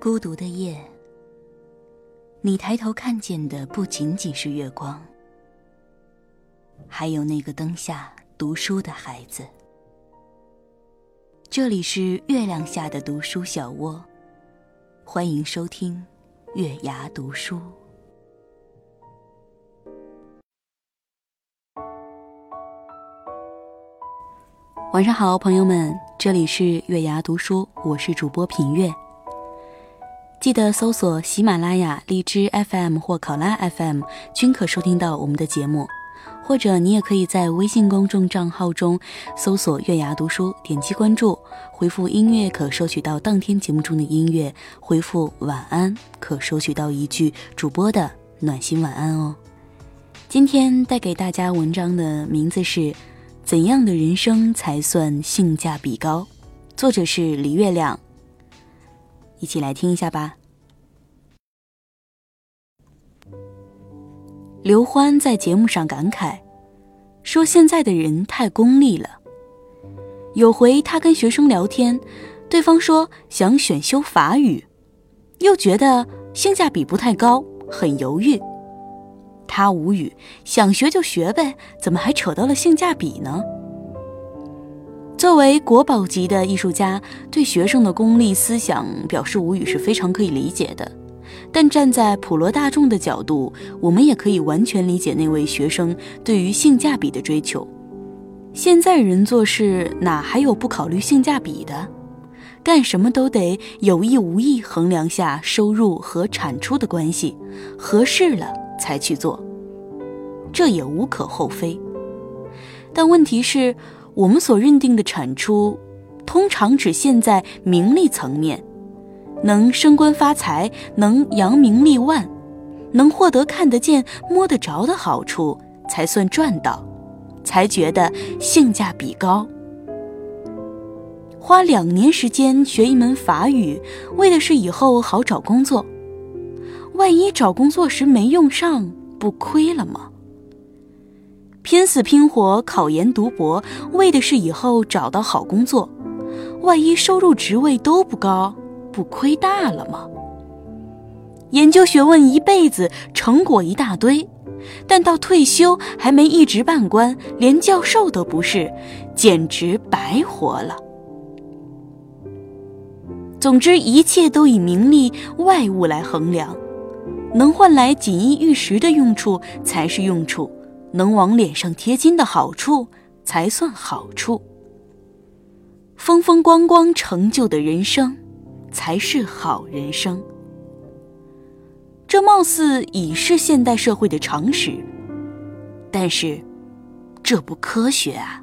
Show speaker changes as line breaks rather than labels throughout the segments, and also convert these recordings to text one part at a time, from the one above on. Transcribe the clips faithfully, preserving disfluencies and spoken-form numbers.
孤独的夜，你抬头看见的不仅仅是月光，还有那个灯下读书的孩子。这里是月亮下的读书小窝，欢迎收听月牙读书。晚上好，朋友们，这里是月牙读书，我是主播品月。记得搜索喜马拉雅、荔枝 F M 或考拉 F M 均可收听到我们的节目，或者你也可以在微信公众账号中搜索月牙读书，点击关注，回复音乐可收取到当天节目中的音乐，回复晚安可收取到一句主播的暖心晚安哦。今天带给大家文章的名字是怎样的人生才算性价比高，作者是李月亮，一起来听一下吧。刘欢在节目上感慨说，现在的人太功利了。有回他跟学生聊天，对方说想选修法语，又觉得性价比不太高，很犹豫。他无语，想学就学呗，怎么还扯到了性价比呢？作为国宝级的艺术家，对学生的功利思想表示无语是非常可以理解的，但站在普罗大众的角度，我们也可以完全理解那位学生对于性价比的追求。现在人做事哪还有不考虑性价比的？干什么都得有意无意衡量下收入和产出的关系，合适了才去做，这也无可厚非。但问题是，我们所认定的产出通常只限在名利层面，能升官发财，能扬名立万，能获得看得见摸得着的好处才算赚到，才觉得性价比高。花两年时间学一门法语，为的是以后好找工作，万一找工作时没用上，不亏了吗？拼死拼活考研读博，为的是以后找到好工作，万一收入职位都不高，不亏大了吗？研究学问一辈子，成果一大堆，但到退休还没一职半官，连教授都不是，简直白活了。总之，一切都以名利外物来衡量，能换来锦衣玉食的用处才是用处，能往脸上贴金的好处才算好处。风风光光成就的人生才是好人生。这貌似已是现代社会的常识，但是这不科学啊。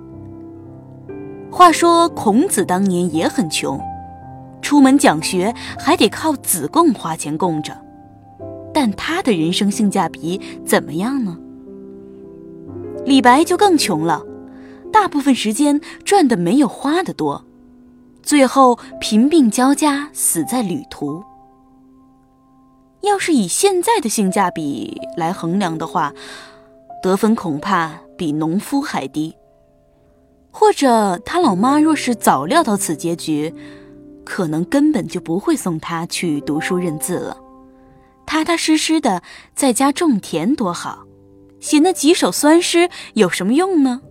话说孔子当年也很穷，出门讲学还得靠子贡花钱供着，但他的人生性价比怎么样呢？李白就更穷了，大部分时间赚的没有花的多，最后贫病交加，死在旅途。要是以现在的性价比来衡量的话，得分恐怕比农夫还低。或者他老妈若是早料到此结局，可能根本就不会送他去读书认字了，踏踏实实的在家种田多好，写那几首酸诗有什么用呢？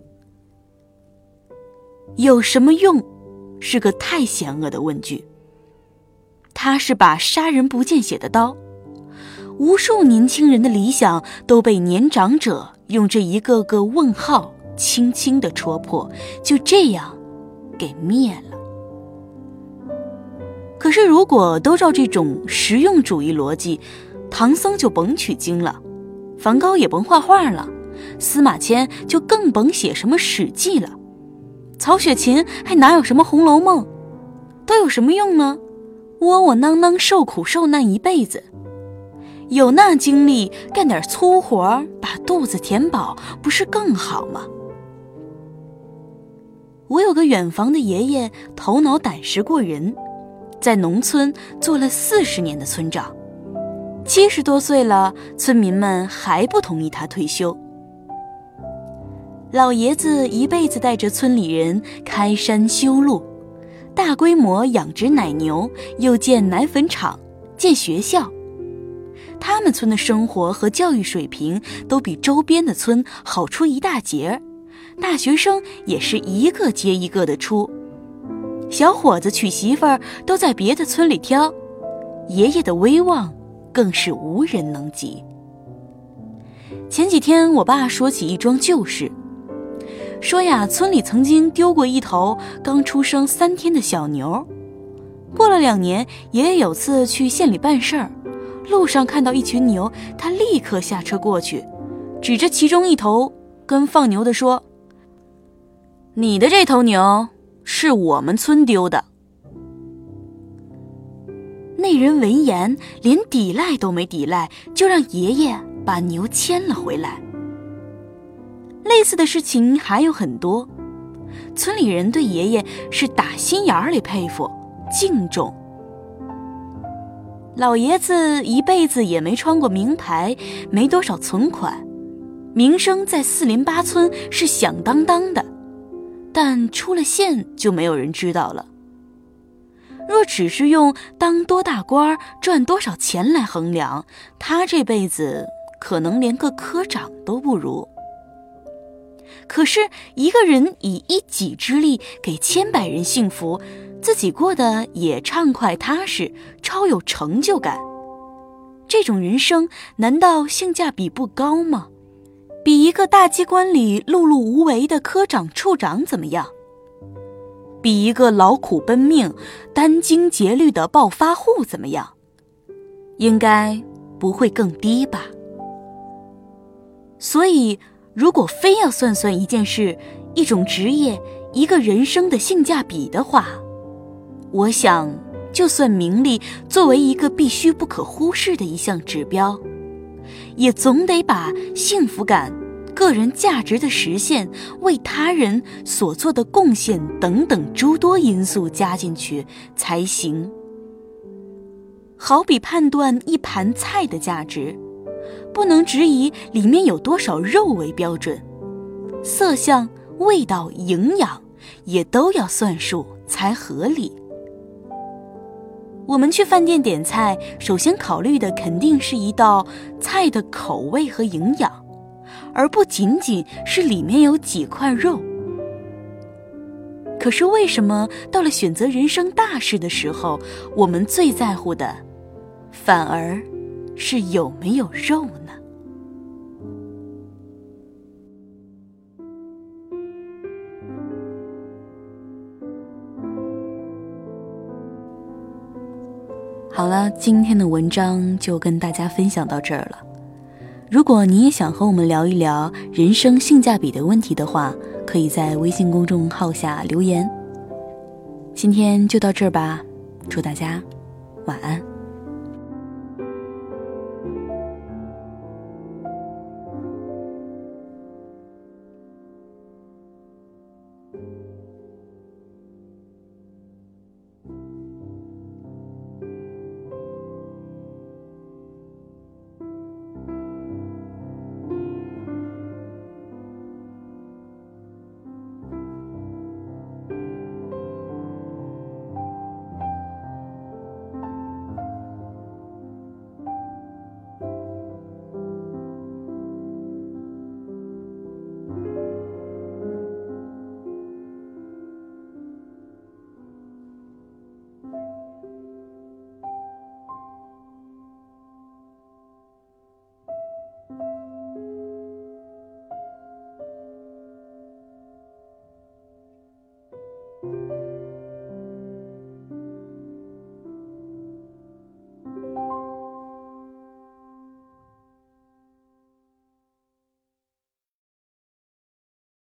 有什么用是个太险恶的问句。他是把杀人不见血的刀，无数年轻人的理想都被年长者用这一个个问号轻轻地戳破，就这样给灭了。可是如果都照这种实用主义逻辑，唐僧就甭取经了，梵高也甭画画了，司马迁就更甭写什么史记了，曹雪芹还哪有什么红楼梦，都有什么用呢？窝窝囊囊受苦受难一辈子，有那精力干点粗活，把肚子填饱，不是更好吗？我有个远房的爷爷，头脑胆识过人，在农村做了四十年的村长，七十多岁了，村民们还不同意他退休。老爷子一辈子带着村里人开山修路， 大规模养殖奶牛，又建奶粉厂，建学校。他们村的生活和教育水平都比周边的村好出一大截，大学生也是一个接一个的出。小伙子娶媳妇儿都在别的村里挑，爷爷的威望更是无人能及。前几天我爸说起一桩旧事，说呀，村里曾经丢过一头刚出生三天的小牛。过了两年，爷爷有次去县里办事儿，路上看到一群牛，他立刻下车过去，指着其中一头跟放牛的说：“你的这头牛是我们村丢的。”那人闻言连抵赖都没抵赖，就让爷爷把牛牵了回来。类似的事情还有很多，村里人对爷爷是打心眼里佩服敬重。老爷子一辈子也没穿过名牌，没多少存款，名声在四邻八村是响当当的，但出了县就没有人知道了。若只是用当多大官赚多少钱来衡量，他这辈子可能连个科长都不如。可是一个人以一己之力给千百人幸福，自己过得也畅快踏实，超有成就感，这种人生难道性价比不高吗？比一个大机关里碌碌无为的科长处长怎么样？比一个劳苦奔命殚精竭虑的暴发户怎么样？应该不会更低吧。所以如果非要算算一件事、一种职业、一个人生的性价比的话，我想就算名利作为一个必须不可忽视的一项指标，也总得把幸福感、个人价值的实现、为他人所做的贡献等等诸多因素加进去才行。好比判断一盘菜的价值，不能只以里面有多少肉为标准，色相、味道、营养也都要算数才合理。我们去饭店点菜，首先考虑的肯定是一道菜的口味和营养，而不仅仅是里面有几块肉。可是为什么到了选择人生大事的时候，我们最在乎的反而是有没有肉呢？好了，今天的文章就跟大家分享到这儿了。如果你也想和我们聊一聊人生性价比的问题的话，可以在微信公众号下留言。今天就到这儿吧，祝大家晚安。